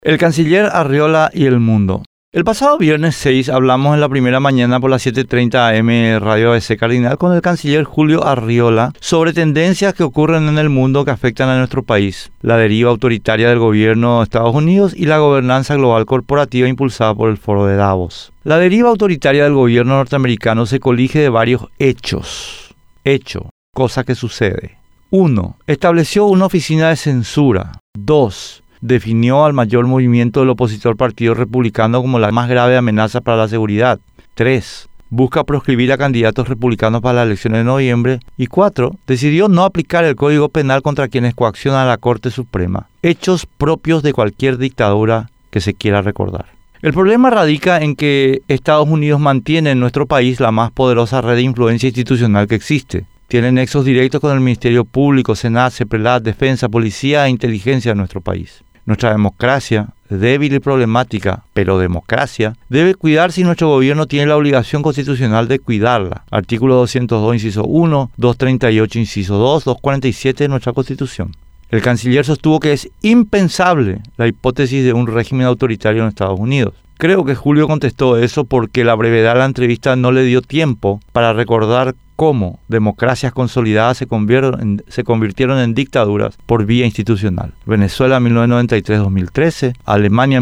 El canciller Arriola y el mundo. El pasado viernes 6 hablamos en la primera mañana por las 7:30 AM Radio ABC Cardinal con el canciller Julio Arriola sobre tendencias que ocurren en el mundo que afectan a nuestro país, la deriva autoritaria del gobierno de Estados Unidos y la gobernanza global corporativa impulsada por el Foro de Davos. La deriva autoritaria del gobierno norteamericano se colige de varios hechos. Cosa que sucede. 1. Estableció una oficina de censura. 2. Definió al mayor movimiento del opositor Partido Republicano como la más grave amenaza para la seguridad. 3. Busca proscribir a candidatos republicanos para las elecciones de noviembre. Y 4. Decidió no aplicar el Código Penal contra quienes coaccionan a la Corte Suprema. Hechos propios de cualquier dictadura que se quiera recordar. El problema radica en que Estados Unidos mantiene en nuestro país la más poderosa red de influencia institucional que existe. Tiene nexos directos con el Ministerio Público, Senat, CEPRELAT, Defensa, Policía e Inteligencia de nuestro país. Nuestra democracia, débil y problemática, pero democracia, debe cuidarse y nuestro gobierno tiene la obligación constitucional de cuidarla. Artículo 202, inciso 1, 238, inciso 2, 247 de nuestra Constitución. El canciller sostuvo que es impensable la hipótesis de un régimen autoritario en Estados Unidos. Creo que Julio contestó eso porque la brevedad de la entrevista no le dio tiempo para recordar cómo democracias consolidadas se convirtieron en dictaduras por vía institucional. Venezuela 1993-2013, Alemania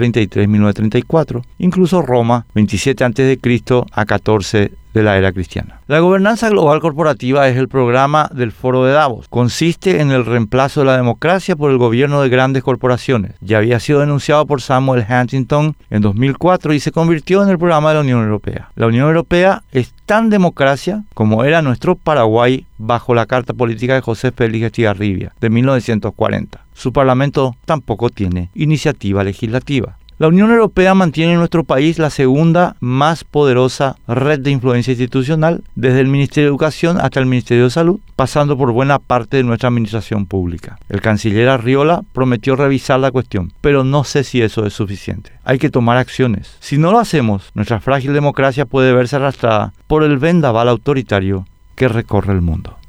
1933-1934, incluso Roma 27 a.C. a 14 de la era cristiana. La gobernanza global corporativa es el programa del Foro de Davos. Consiste en el reemplazo de la democracia por el gobierno de grandes corporaciones. Ya había sido denunciado por Samuel Huntington en 2004 y se convirtió en el programa de la Unión Europea. La Unión Europea es tan democracia como era nuestro Paraguay bajo la Carta Política de José Félix Estigarribia de 1940. Su parlamento tampoco tiene iniciativa legislativa. La Unión Europea mantiene en nuestro país la segunda más poderosa red de influencia institucional, desde el Ministerio de Educación hasta el Ministerio de Salud, pasando por buena parte de nuestra administración pública. El canciller Arriola prometió revisar la cuestión, pero no sé si eso es suficiente. Hay que tomar acciones. Si no lo hacemos, nuestra frágil democracia puede verse arrastrada por el vendaval autoritario que recorre el mundo.